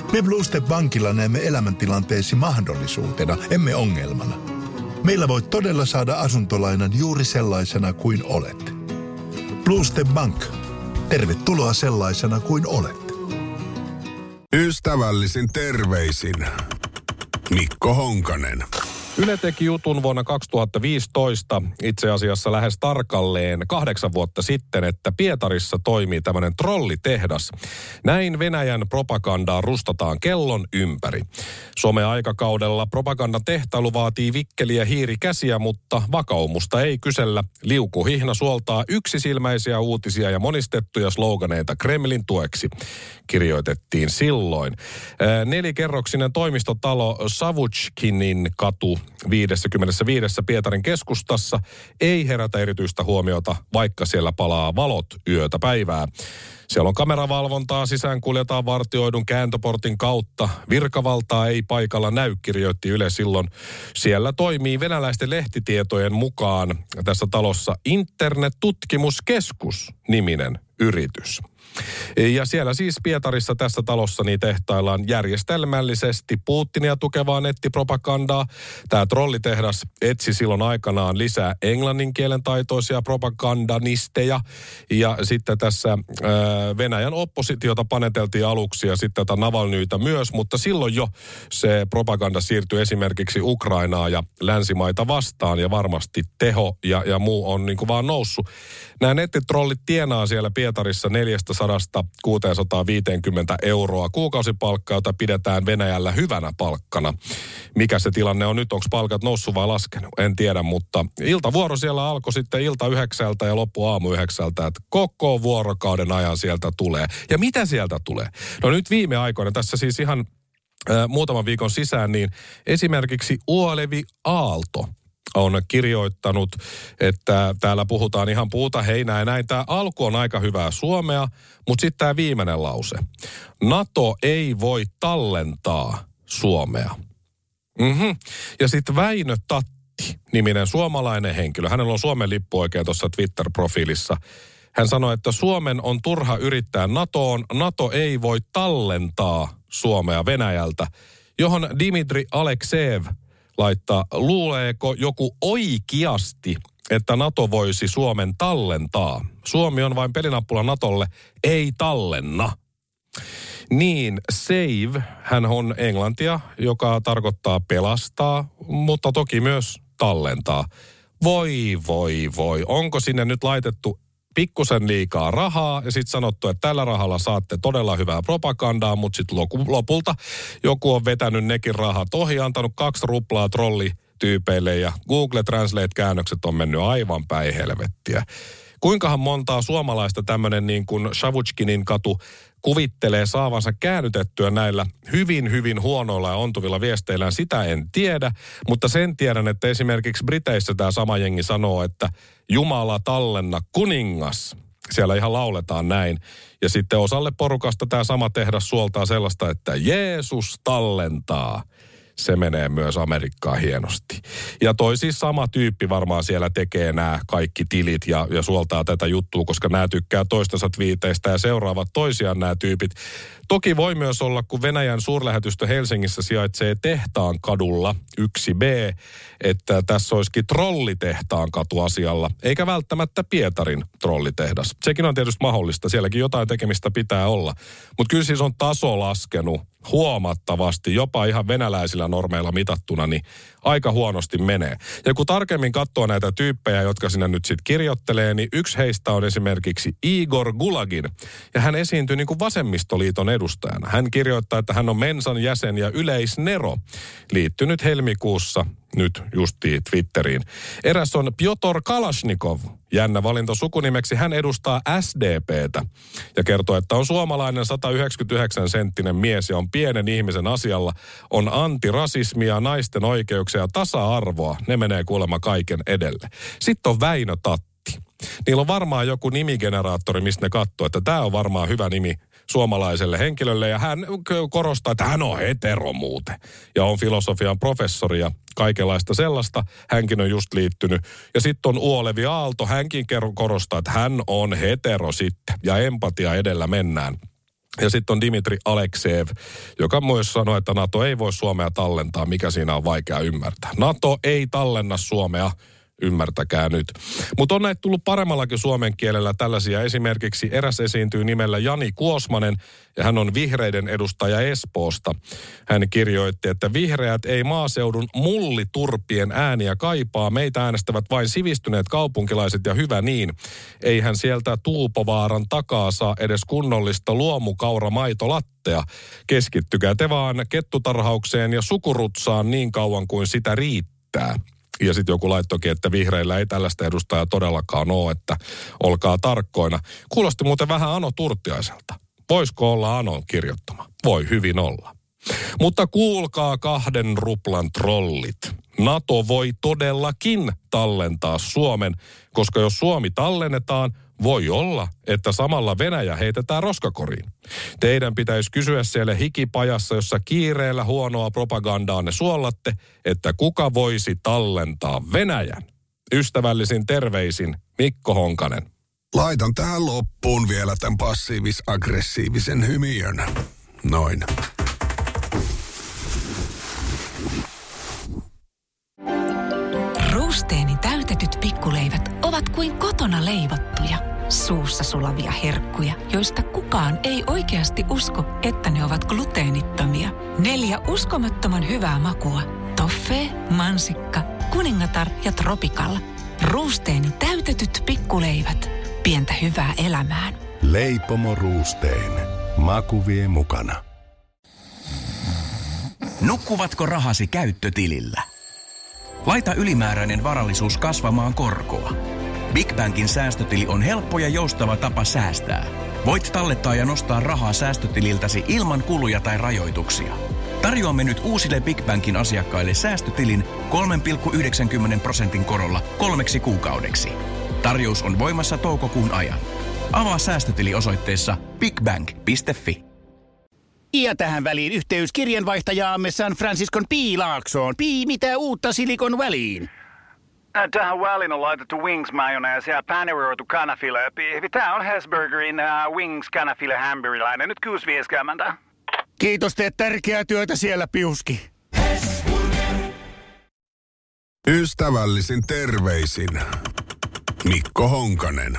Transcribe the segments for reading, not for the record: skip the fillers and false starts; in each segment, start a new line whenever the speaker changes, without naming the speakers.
Me Blue Step Bankilla näemme elämäntilanteesi mahdollisuutena, emme ongelmana. Meillä voit todella saada asuntolainan juuri sellaisena kuin olet. Blue Step Bank. Tervetuloa sellaisena kuin olet.
Ystävällisin terveisin Mikko Honkanen.
Yle teki jutun vuonna 2015, itse asiassa lähes tarkalleen 8 vuotta sitten, että Pietarissa toimii tämmöinen trollitehdas. Näin Venäjän propagandaa rustataan kellon ympäri. Some-aikakaudella propagandatehtailu vaatii vikkeliä hiirikäsiä, mutta vakaumusta ei kysellä. Liukuhihna suoltaa yksisilmäisiä uutisia ja monistettuja sloganeita Kremlin tueksi, kirjoitettiin silloin. 4-kerroksinen toimistotalo Savutskinin katu 55 Pietarin keskustassa ei herätä erityistä huomiota, vaikka siellä palaa valot yötä päivää. Siellä on kameravalvontaa, sisään kuljetaan vartioidun kääntöportin kautta. Virkavaltaa ei paikalla näy, kirjoitti Yle silloin. Siellä toimii venäläisten lehtitietojen mukaan tässä talossa Internet-tutkimuskeskus-niminen yritys. Ja siellä siis Pietarissa tässä talossa niin tehtaillaan järjestelmällisesti Putinia tukevaa nettipropagandaa. Tämä trollitehdas etsi silloin aikanaan lisää englannin kielen taitoisia propagandanisteja. Ja sitten tässä Venäjän oppositiota paneteltiin aluksi ja sitten tätä Navalnyitä myös, mutta silloin jo se propaganda siirtyi esimerkiksi Ukrainaa ja länsimaita vastaan ja varmasti teho ja muu on niin kuin vaan noussut. Nämä nettitrollit tienaa siellä Pietarissa 400–650 euroa kuukausipalkkaa, jota pidetään Venäjällä hyvänä palkkana. Mikä se tilanne on nyt? Onko palkat noussut vai laskenut? En tiedä, mutta iltavuoro siellä alkoi sitten ilta 9 ja loppu aamu 9, että koko vuorokauden ajan sieltä tulee. Ja mitä sieltä tulee? No nyt viime aikoina, tässä siis ihan muutaman viikon sisään, niin esimerkiksi Uolevi Aalto on kirjoittanut, että täällä puhutaan ihan puuta heinää ja näin. Tämä alku on aika hyvää suomea, mutta sitten tämä viimeinen lause. NATO ei voi tallentaa Suomea. Ja sitten Väinö Tatti-niminen suomalainen henkilö. Hänellä on Suomen lippu oikein tuossa Twitter-profiilissa. Hän sanoi, että Suomen on turha yrittää NATOon. NATO ei voi tallentaa Suomea Venäjältä, johon Dmitri Alekseev laittaa, luuleeko joku oikeasti, että NATO voisi Suomen tallentaa? Suomi on vain pelinappula NATOlle, ei tallenna. Niin, save, hän on englantia, joka tarkoittaa pelastaa, mutta toki myös tallentaa. Voi, onko sinne nyt laitettu pikkusen liikaa rahaa ja sitten sanottu, että tällä rahalla saatte todella hyvää propagandaa, mutta sitten lopulta joku on vetänyt nekin rahat ohi, antanut 2 ruplaa trollityypeille ja Google Translate-käännökset on mennyt aivan päin helvettiä. Kuinkahan montaa suomalaista tämmöinen niin kuin Savutskinin katu kuvittelee saavansa käännytettyä näillä hyvin huonoilla ja ontuvilla viesteillään, sitä en tiedä, mutta sen tiedän, että esimerkiksi Briteissä tämä sama jengi sanoo, että Jumala tallenna kuningas. Siellä ihan lauletaan näin. Ja sitten osalle porukasta tämä sama tehdas suoltaa sellaista, että Jeesus tallentaa. Se menee myös Amerikkaan hienosti. Ja toi siis sama tyyppi varmaan siellä tekee nämä kaikki tilit ja suoltaa tätä juttua, koska nämä tykkää toistensa twiiteistä ja seuraavat toisiaan nämä tyypit. Toki voi myös olla, kun Venäjän suurlähetystö Helsingissä sijaitsee Tehtaan kadulla 1B, että tässä olisikin Trollitehtaan katu asialla, eikä välttämättä Pietarin trollitehdas. Sekin on tietysti mahdollista, sielläkin jotain tekemistä pitää olla. Mutta kyllä siis on taso laskenut huomattavasti, jopa ihan venäläisillä normeilla mitattuna, niin aika huonosti menee. Ja kun tarkemmin katsoo näitä tyyppejä, jotka sinne nyt sitten kirjoittelee, niin yksi heistä on esimerkiksi Igor Gulagin. Ja hän esiintyy niin kuin vasemmistoliiton edustajana. Hän kirjoittaa, että hän on Mensan jäsen ja yleisnero, liittynyt helmikuussa nyt justiin Twitteriin. Eräs on Pjotr Kalashnikov, jännä valinta sukunimeksi. Hän edustaa SDPtä ja kertoo, että on suomalainen 199-senttinen mies ja on pienen ihmisen asialla. On antirasismia, naisten oikeuksia ja tasa-arvoa. Ne menee kuulemma kaiken edelle. Sitten on Väinö Tatti. Niillä on varmaan joku nimigeneraattori, mistä ne katsoo, että tämä on varmaan hyvä nimi suomalaiselle henkilölle. Ja hän korostaa, että hän on hetero muuten. Ja on filosofian professori ja kaikenlaista sellaista. Hänkin on just liittynyt. Ja sitten on Uolevi Aalto. Hänkin korostaa, että hän on hetero sitten. Ja empatia edellä mennään. Ja sitten on Dmitri Alekseev, joka myös sanoi, että NATO ei voi Suomea tallentaa, mikä siinä on vaikea ymmärtää. NATO ei tallenna Suomea, ymmärtäkää nyt. Mutta on näitä tullut paremmallakin suomen kielellä tällaisia. Esimerkiksi eräs esiintyy nimellä Jani Kuosmanen, ja hän on vihreiden edustaja Espoosta. Hän kirjoitti, että vihreät ei maaseudun mulliturpien ääniä kaipaa. Meitä äänestävät vain sivistyneet kaupunkilaiset, ja hyvä niin. Eihän sieltä Tuupovaaran takaa saa edes kunnollista luomukauramaitolattea. Keskittykää te vaan kettutarhaukseen ja sukurutsaan niin kauan kuin sitä riittää. Ja sitten joku laittokin, että vihreillä ei tällaista edustajaa todellakaan ole, että olkaa tarkkoina. Kuulosti muuten vähän Ano Turtiaiselta. Voisiko olla Anon kirjoittama? Voi hyvin olla. Mutta kuulkaa 2 ruplan trollit. NATO voi todellakin tallentaa Suomen, koska jos Suomi tallennetaan, voi olla, että samalla Venäjä heitetään roskakoriin. Teidän pitäisi kysyä siellä hikipajassa, jossa kiireellä huonoa propagandaa ne suolatte, että kuka voisi tallentaa Venäjän. Ystävällisin terveisin Mikko Honkanen.
Laitan tähän loppuun vielä tämän passiivis-aggressiivisen hymiön. Noin.
Ruusteeni täytetyt pikkuleivät ovat kuin kotona leivottuja, suussa sulavia herkkuja, joista kukaan ei oikeasti usko, että ne ovat gluteenittomia. 4 uskomattoman hyvää makua. Toffee, mansikka, kuningatar ja tropikalla. Ruusteeni täytetyt pikkuleivät. Pientä hyvää elämään.
Leipomo Ruusteen. Maku vie mukana.
Nukkuvatko rahasi käyttötilillä? Laita ylimääräinen varallisuus kasvamaan korkoa. Big Bankin säästötili on helppo ja joustava tapa säästää. Voit tallettaa ja nostaa rahaa säästötililtäsi ilman kuluja tai rajoituksia. Tarjoamme nyt uusille Big Bankin asiakkaille säästötilin 3,90% korolla 3 kuukaudeksi. Tarjous on voimassa toukokuun ajan. Avaa säästötili osoitteessa bigbank.fi.
Ja tähän väliin yhteys kirjanvaihtajaamme San Franciscon Piilaaksoon. Mitä uutta Silikon väliin?
Tähän väliin on laitettu wings mayonnaise ja paneroitu kanafila. Tämä on Hesburgerin wings kanafila hamburilainen. Nyt 6.50.
Kiitos, teet tärkeää työtä siellä, Piuski.
Ystävällisin terveisin Mikko Honkanen.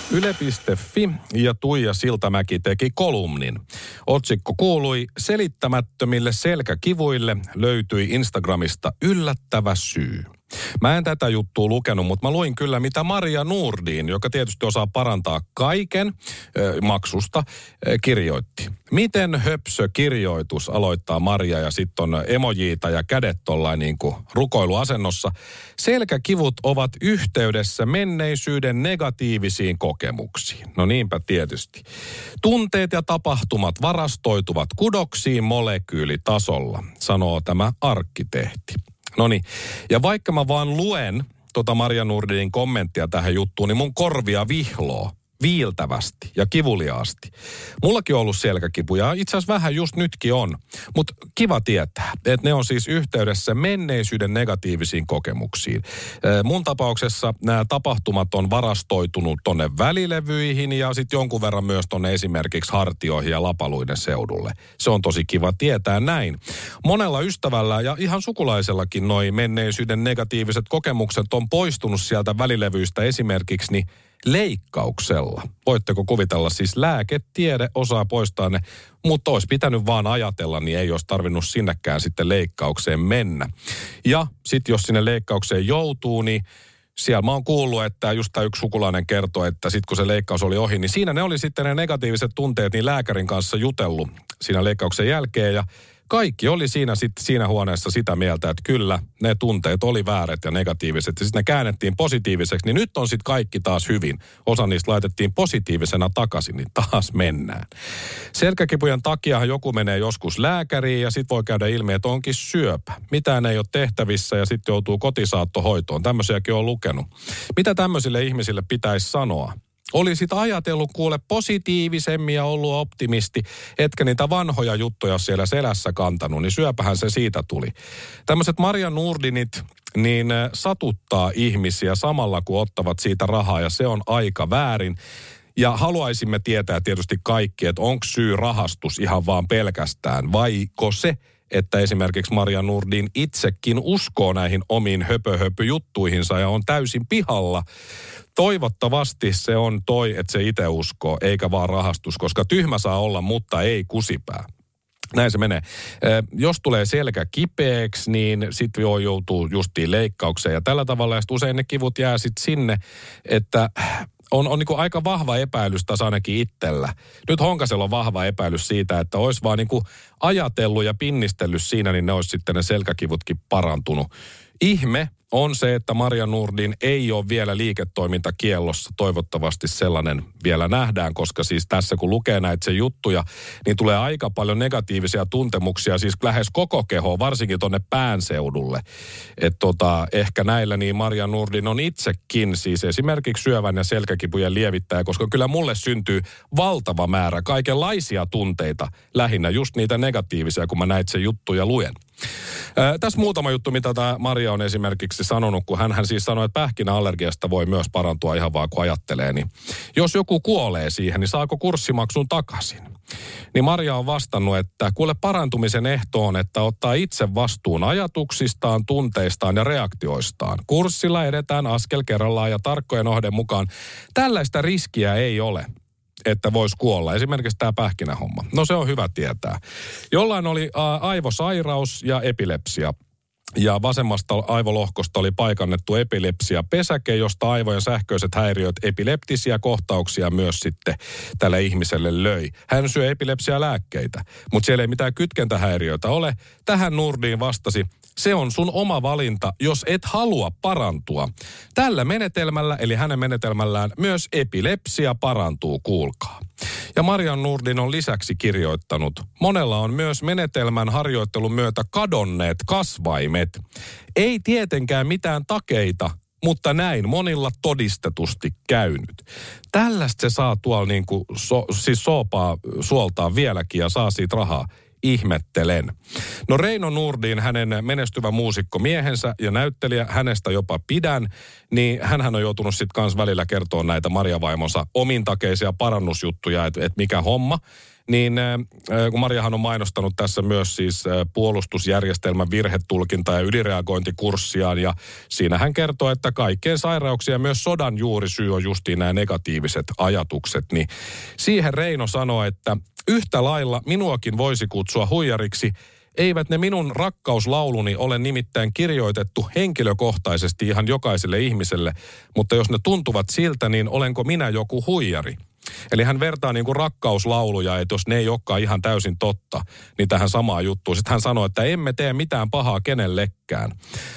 Yle.fi ja Tuija Siltamäki teki kolumnin. Otsikko kuului: selittämättömille selkäkivuille löytyi Instagramista yllättävä syy. Mä en tätä juttua lukenut, mutta mä luin kyllä, mitä Maria Nordin, joka tietysti osaa parantaa kaiken maksusta, kirjoitti. Miten höpsö kirjoitus, aloittaa Maria, ja sitten on emojiita ja kädet tollain niin kuin rukoiluasennossa. Selkäkivut ovat yhteydessä menneisyyden negatiivisiin kokemuksiin. No niinpä tietysti. Tunteet ja tapahtumat varastoituvat kudoksiin molekyylitasolla, sanoo tämä arkkitehti. Noniin, ja vaikka mä vaan luen Maria Nordinin kommenttia tähän juttuun, niin mun korvia vihloo viiltävästi ja kivuliaasti. Mullakin on ollut selkäkipuja, itse asiassa vähän just nytkin on, mutta kiva tietää, että ne on siis yhteydessä menneisyyden negatiivisiin kokemuksiin. Mun tapauksessa nämä tapahtumat on varastoitunut tonne välilevyihin ja sitten jonkun verran myös tonne esimerkiksi hartioihin ja lapaluiden seudulle. Se on tosi kiva tietää näin. Monella ystävällä ja ihan sukulaisellakin noi menneisyyden negatiiviset kokemukset on poistunut sieltä välilevyistä esimerkiksi niin leikkauksella. Voitteko kuvitella, siis lääketiede osaa poistaa ne, mutta olisi pitänyt vaan ajatella, niin ei olisi tarvinnut sinnekään sitten leikkaukseen mennä. Ja sitten jos sinne leikkaukseen joutuu, niin siellä mä oon kuullut, että just tämä yksi sukulainen kertoi, että sitten kun se leikkaus oli ohi, niin siinä ne oli sitten ne negatiiviset tunteet niin lääkärin kanssa jutellut siinä leikkauksen jälkeen, ja kaikki oli siinä huoneessa sitä mieltä, että kyllä ne tunteet oli väärät ja negatiiviset. Ja sitten ne käännettiin positiiviseksi, niin nyt on sitten kaikki taas hyvin. Osa niistä laitettiin positiivisena takaisin, niin taas mennään. Selkäkipujen takiahan joku menee joskus lääkäriin ja sitten voi käydä ilmi, että onkin syöpä. Mitään ei ole tehtävissä ja sitten joutuu kotisaattohoitoon. Tämmöisiäkin on lukenut. Mitä tämmöisille ihmisille pitäisi sanoa? Olisit ajatellut kuule positiivisemmin ja ollut optimisti, etkä niitä vanhoja juttuja siellä selässä kantanut, niin syöpähän se siitä tuli. Tämmöiset Maria Nordinit niin satuttaa ihmisiä samalla kun ottavat siitä rahaa ja se on aika väärin. Ja haluaisimme tietää tietysti kaikki, että onko syy rahastus ihan vaan pelkästään, vaiko se, että esimerkiksi Maria Nordin itsekin uskoo näihin omiin höpö-höpö-juttuihinsa ja on täysin pihalla. Toivottavasti se on että se itse uskoo, eikä vaan rahastus, koska tyhmä saa olla, mutta ei kusipää. Näin se menee. Jos tulee selkä kipeäksi, niin sitten joutuu justiin leikkaukseen. Ja tällä tavalla ja usein ne kivut jää sitten sinne, että on niin kuin aika vahva epäilys taas ainakin itsellä. Nyt Honkasella on vahva epäilys siitä, että olisi vaan niin kuin ajatellut ja pinnistellyt siinä, niin ne olisi sitten ne selkäkivutkin parantunut. Ihme on se, että Maria Nordin ei ole vielä liiketoimintakiellossa. Toivottavasti sellainen vielä nähdään, koska siis tässä kun lukee näitä sen juttuja, niin tulee aika paljon negatiivisia tuntemuksia, siis lähes koko kehoon, varsinkin tuonne päänseudulle. Että ehkä näillä niin Maria Nordin on itsekin siis esimerkiksi syövän ja selkäkipujen lievittäjä, koska kyllä mulle syntyy valtava määrä kaikenlaisia tunteita, lähinnä just niitä negatiivisia, kun mä näitä sen juttuja luen. Tässä muutama juttu, mitä tämä Maria on esimerkiksi sanonut, kun hän siis sanoi, että pähkinäallergiasta voi myös parantua ihan vaan kun ajattelee. Niin jos joku kuolee siihen, niin saako kurssimaksun takaisin? Niin Maria on vastannut, että kuule parantumisen ehto on, että ottaa itse vastuun ajatuksistaan, tunteistaan ja reaktioistaan. Kurssilla edetään askel kerrallaan ja tarkkojen ohden mukaan. Tällaista riskiä ei ole, että voisi kuolla. Esimerkiksi tämä pähkinähomma. No se on hyvä tietää. Jollain oli aivosairaus ja epilepsia. Ja vasemmasta aivolohkosta oli paikannettu epilepsia-pesäke, josta aivojen sähköiset häiriöt epileptisiä kohtauksia myös sitten tälle ihmiselle löi. Hän syö epilepsialääkkeitä, mutta siellä ei mitään kytkentähäiriöitä ole. Tähän Nordin vastasi, se on sun oma valinta, jos et halua parantua. Tällä menetelmällä, eli hänen menetelmällään, myös epilepsia parantuu, kuulkaa. Ja Maria Nordin on lisäksi kirjoittanut, monella on myös menetelmän harjoittelun myötä kadonneet kasvaimet. Ei tietenkään mitään takeita, mutta näin monilla todistetusti käynyt. Tällaista se saa tuolla niin kuin siis suoltaa vieläkin ja saa siitä rahaa. Ihmettelen. No Reino Nordin, hänen menestyvä muusikko miehensä ja näyttelijä, hänestä jopa pidän, niin hänhän on joutunut sitten kans välillä kertoa näitä Maria-vaimonsa omintakeisia parannusjuttuja, että mikä homma. Niin kun Mariahan on mainostanut tässä myös siis puolustusjärjestelmän virhetulkinta- ja ylireagointikurssiaan, ja siinä hän kertoo, että kaikkien sairauksia ja myös sodan juurisyy on justiin nämä negatiiviset ajatukset. Niin siihen Reino sanoi, että yhtä lailla minuakin voisi kutsua huijariksi. Eivät ne minun rakkauslauluni ole nimittäin kirjoitettu henkilökohtaisesti ihan jokaiselle ihmiselle, mutta jos ne tuntuvat siltä, niin olenko minä joku huijari? Eli hän vertaa niin kuin rakkauslauluja, että jos ne ei olekaan ihan täysin totta, niin tähän samaan juttuun. Sitten hän sanoi, että emme tee mitään pahaa kenellekään.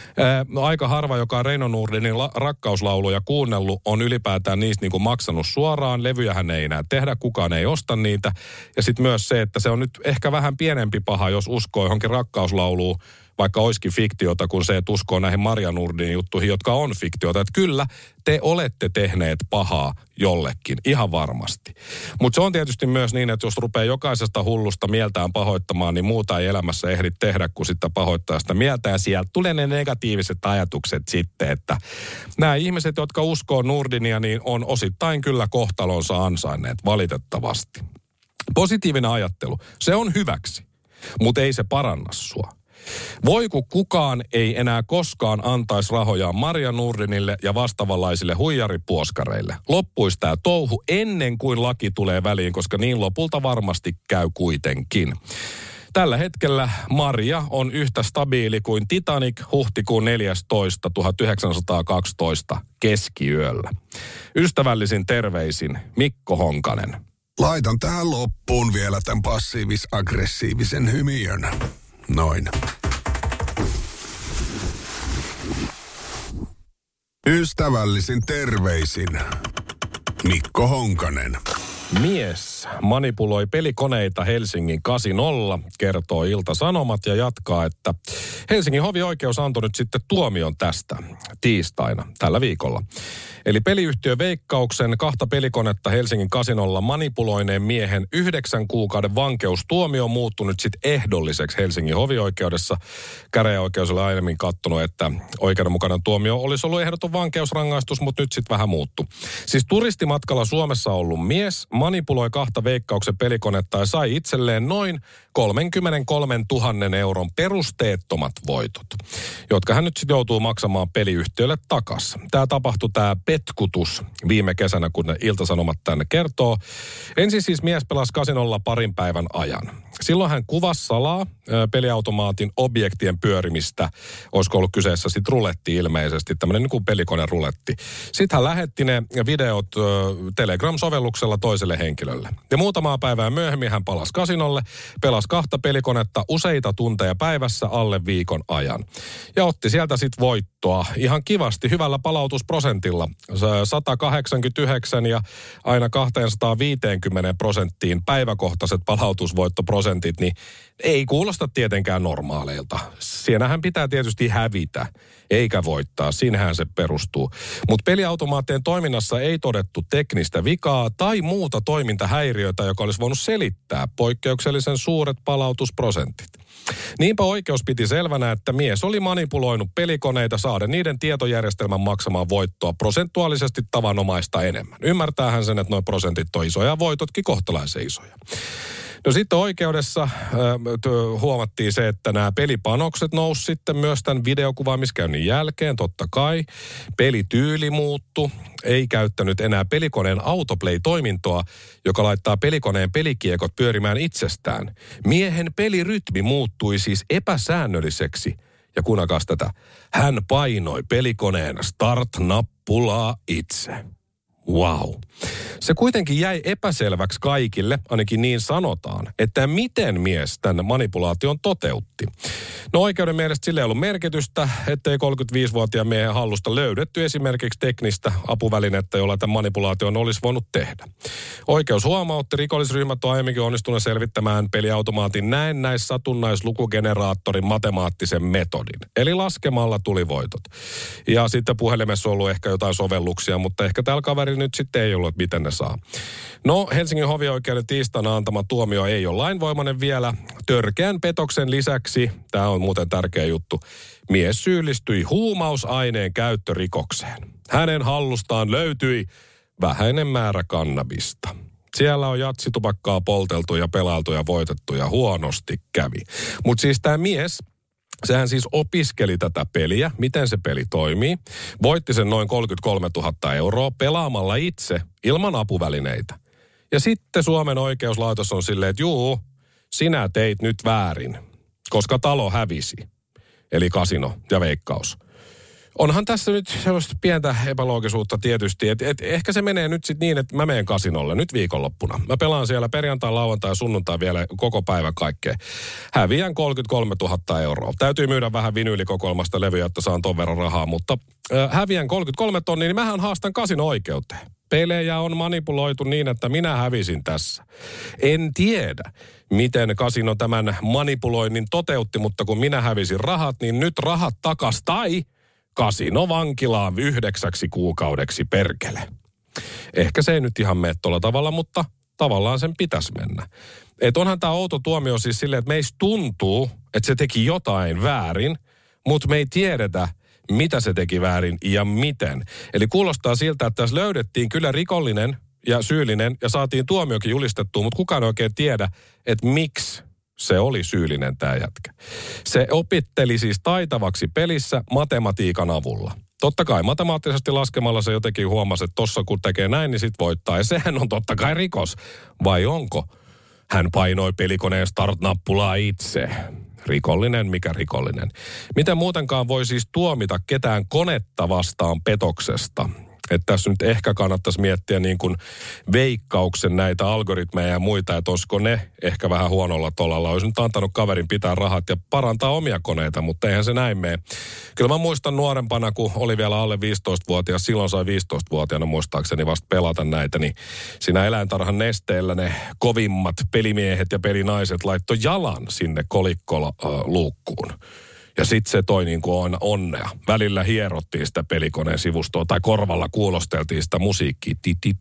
Aika harva, joka on Reino Nordinin rakkauslauluja kuunnellut, on ylipäätään niistä niin kuin maksanut suoraan. Levyjähän ei enää tehdä, kukaan ei osta niitä. Ja sitten myös se, että se on nyt ehkä vähän pienempi paha, jos uskoo johonkin rakkauslauluun, vaikka olisikin fiktiota, kun se, että uskoo näihin Maria Nordin juttuihin, jotka on fiktiota. Että kyllä, te olette tehneet pahaa jollekin, ihan varmasti. Mutta se on tietysti myös niin, että jos rupeaa jokaisesta hullusta mieltään pahoittamaan, niin muuta ei elämässä ehdi tehdä, kun sitä pahoittaa sitä mieltä. Ja sieltä tulee ne negatiiviset ajatukset sitten, että nämä ihmiset, jotka uskoo Nordinia, niin on osittain kyllä kohtalonsa ansainneet, valitettavasti. Positiivinen ajattelu, se on hyväksi, mutta ei se paranna sua. Voi kun kukaan ei enää koskaan antaisi rahojaan Maria Nordinille ja vastaavanlaisille huijaripuoskareille. Loppuisi tämä touhu ennen kuin laki tulee väliin, koska niin lopulta varmasti käy kuitenkin. Tällä hetkellä Maria on yhtä stabiili kuin Titanic huhtikuun 14. 1912 keskiyöllä. Ystävällisin terveisin Mikko Honkanen.
Laitan tähän loppuun vielä tämän passiivis-aggressiivisen hymiön. Noin. Ystävällisin terveisin Mikko Honkanen.
Mies manipuloi pelikoneita Helsingin kasinolla, kertoo Ilta-Sanomat ja jatkaa, että Helsingin hovioikeus antoi nyt sitten tuomion tästä tiistaina tällä viikolla. Eli peliyhtiö Veikkauksen 2 pelikonetta Helsingin kasinolla manipuloineen miehen 9 kuukauden vankeustuomio on muuttunut sitten ehdolliseksi Helsingin hovioikeudessa. Käräjäoikeus oli aiemmin katsonut, että oikeudenmukainen tuomio olisi ollut ehdoton vankeusrangaistus, mutta nyt sitten vähän muuttu. Siis turistimatkalla Suomessa ollut mies manipuloi 2 Veikkauksen pelikonetta ja sai itselleen noin 33 000 euron perusteettomat voitot, jotka hän nyt sitten joutuu maksamaan peliyhtiölle takaisin. Tämä tapahtui tämä petkutus viime kesänä, kun Ilta-Sanomat tänne kertoo. Ensin siis mies pelasi kasinolla parin päivän ajan. Silloin hän kuvasi salaa peliautomaatin objektien pyörimistä. Olisiko ollut kyseessä sitten ruletti ilmeisesti, tämmöinen niin kuin pelikone ruletti. Sitten hän lähetti ne videot Telegram-sovelluksella toiselle henkilölle. Ja muutamaa päivää myöhemmin hän palasi kasinolle, pelasi 2 pelikonetta useita tunteja päivässä alle viikon ajan. Ja otti sieltä sitten voittoa ihan kivasti, hyvällä palautusprosentilla. 189 ja aina 250% päiväkohtaiset palautusvoittoprosentit, niin ei kuulosta tietenkään normaaleilta. Siinähän pitää tietysti hävitä, eikä voittaa. Siinähän se perustuu. Mutta peliautomaattien toiminnassa ei todettu teknistä vikaa tai muuta toimintahäiriötä, joka olisi voinut selittää poikkeuksellisen suuret palautusprosentit. Niinpä oikeus piti selvänä, että mies oli manipuloinut pelikoneita saaden niiden tietojärjestelmän maksamaan voittoa prosentuaalisesti tavanomaista enemmän. Ymmärtäähän sen, että nuo prosentit on isoja ja voitotkin kohtalaisen isoja. No sitten oikeudessa huomattiin se, että nämä pelipanokset nousi sitten myös tämän videokuvaamiskäynnin jälkeen, totta kai. Pelityyli muuttui, ei käyttänyt enää pelikoneen autoplay-toimintoa, joka laittaa pelikoneen pelikiekot pyörimään itsestään. Miehen pelirytmi muuttui siis epäsäännölliseksi. Ja kuunnelkaas tätä, hän painoi pelikoneen start-nappulaa itse. Wow. Se kuitenkin jäi epäselväksi kaikille, ainakin niin sanotaan, että miten mies tämän manipulaation toteutti. No oikeuden mielestä sillä ei ollut merkitystä, ettei 35-vuotiaan miehen hallusta löydetty esimerkiksi teknistä apuvälinettä, jolla tämän manipulaation olisi voinut tehdä. Oikeus huomautti, rikollisryhmät on aiemminkin onnistunut selvittämään peliautomaatin näennäissatunnaislukugeneraattorin matemaattisen metodin. Eli laskemalla tuli voitot. Ja sitten puhelimessa on ollut ehkä jotain sovelluksia, mutta ehkä tällä kaverilla nyt sitten ei ollut, miten ne saa. No, Helsingin hovioikeuden tiistaina antama tuomio ei ole lainvoimainen vielä. Törkeän petoksen lisäksi, tämä on muuten tärkeä juttu, mies syyllistyi huumausaineen käyttörikokseen. Hänen hallustaan löytyi vähäinen määrä kannabista. Siellä on jatsitupakkaa polteltu ja pelailtu ja voitettu ja huonosti kävi. Mutta siis tämä mies, sehän siis opiskeli tätä peliä, miten se peli toimii. Voitti sen noin 33 000 euroa pelaamalla itse ilman apuvälineitä. Ja sitten Suomen oikeuslaitos on silleen, että juu, sinä teit nyt väärin, koska talo hävisi. Eli kasino ja Veikkaus. Onhan tässä nyt sellaista pientä epäloogisuutta tietysti, että ehkä se menee nyt sitten niin, että mä menen kasinolle nyt viikonloppuna. Mä pelaan siellä perjantai, lauantai ja sunnuntai vielä koko päivän kaikkea. Häviän 33 000 euroa. Täytyy myydä vähän vinyylikokoelmasta levyjä, että saan ton verran rahaa, mutta häviän 33 tonnia, niin mähän haastan kasino-oikeuteen. Pelejä on manipuloitu niin, että minä hävisin tässä. En tiedä, miten kasino tämän manipuloinnin toteutti, mutta kun minä hävisin rahat, niin nyt rahat takas tai kasino vankilaan 9 kuukaudeksi perkele. Ehkä se ei nyt ihan mene tuolla tavalla, mutta tavallaan sen pitäisi mennä. Että onhan tämä outo tuomio siis silleen, että meistä tuntuu, että se teki jotain väärin, mutta me ei tiedetä, mitä se teki väärin ja miten. Eli kuulostaa siltä, että tässä löydettiin kyllä rikollinen ja syyllinen ja saatiin tuomiokin julistettua, mutta kukaan ei oikein tiedä, että miksi se oli syyllinen tämä jätkä. Se opitteli siis taitavaksi pelissä matematiikan avulla. Totta kai matemaattisesti laskemalla se jotenkin huomasi, että tossa kun tekee näin, niin sit voittaa. Ja sehän on totta kai rikos. Vai onko? Hän painoi pelikoneen start-nappulaa itse. Rikollinen, mikä rikollinen. Miten muutenkaan voi siis tuomita ketään konetta vastaan petoksesta? Että tässä nyt ehkä kannattaisi miettiä niin kuin Veikkauksen näitä algoritmeja ja muita, että olisiko ne ehkä vähän huonolla tolalla. Olisi nyt antanut kaverin pitää rahat ja parantaa omia koneita, mutta eihän se näin mene. Kyllä mä muistan nuorempana, kun oli vielä alle 15-vuotias, silloin sai 15-vuotiaana muistaakseni vasta pelata näitä, niin siinä eläintarhan nesteellä ne kovimmat pelimiehet ja pelinaiset laittoi jalan sinne kolikkoluukkuun. Ja sitten se toi niin kuin onnea. Välillä hierottiin sitä pelikoneen sivustoa tai korvalla kuulosteltiin sitä musiikkia.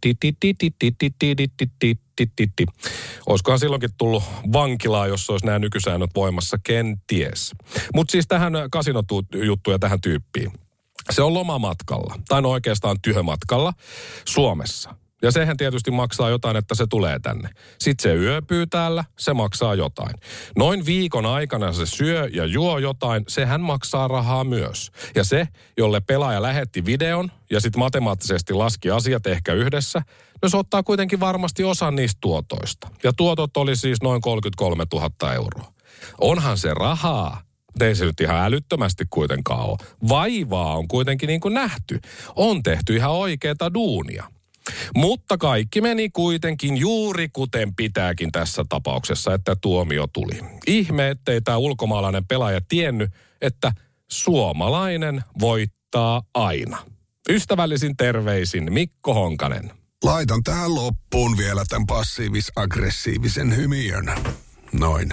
Olisikohan silloinkin tullut vankilaa, jos olisi nämä nykysäännöt voimassa, kenties. Mutta siis tähän kasinojuttuun ja tähän tyyppiin. Se on lomamatkalla, tai no oikeastaan työmatkalla Suomessa. Ja sehän tietysti maksaa jotain, että se tulee tänne. Sitten se yöpyy täällä, se maksaa jotain. Noin viikon aikana se syö ja juo jotain, sehän maksaa rahaa myös. Ja se, jolle pelaaja lähetti videon ja sitten matemaattisesti laski asiat ehkä yhdessä, no se ottaa kuitenkin varmasti osan niistä tuotoista. Ja tuotot oli siis noin 33 000 euroa. Onhan se rahaa. Ei se nyt ihan älyttömästi kuitenkaan ole. Vaivaa on kuitenkin niin kuin nähty. On tehty ihan oikeaa duunia. Mutta kaikki meni kuitenkin juuri kuten pitääkin tässä tapauksessa, että tuomio tuli. Ihme, ettei tämä ulkomaalainen pelaaja tiennyt, että suomalainen voittaa aina. Ystävällisin terveisin Mikko Honkanen.
Laitan tähän loppuun vielä tämän passiivis-aggressiivisen hymiön. Noin.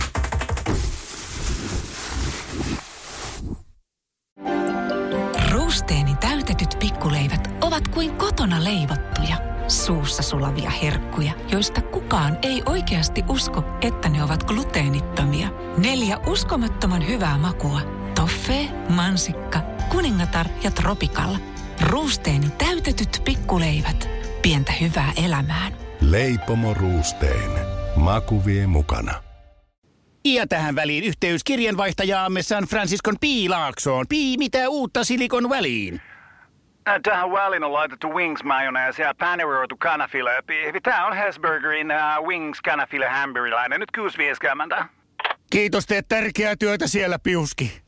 Ruusteeni täytetyt pikkuleivät ovat kuin kotona leivottuja, suussa sulavia herkkuja, joista kukaan ei oikeasti usko, että ne ovat gluteenittomia. 4 uskomattoman hyvää makua. Toffee, mansikka, kuningatar ja tropical. Ruusteeni täytetyt pikkuleivät. Pientä hyvää elämään.
Leipomo Ruusteen. Maku vie mukana.
Ja tähän väliin yhteys kirjanvaihtajaamme San Franciscon P-laaksoon. Mitä uutta Silikon väliin?
Tähän väliin on laitettu wings mayonnaise ja paneroitu kanafila. Tämä on Hesburgerin wings kanafila hamburilainen. Nyt 6.50.
Kiitos, teet tärkeää työtä siellä, Piuski.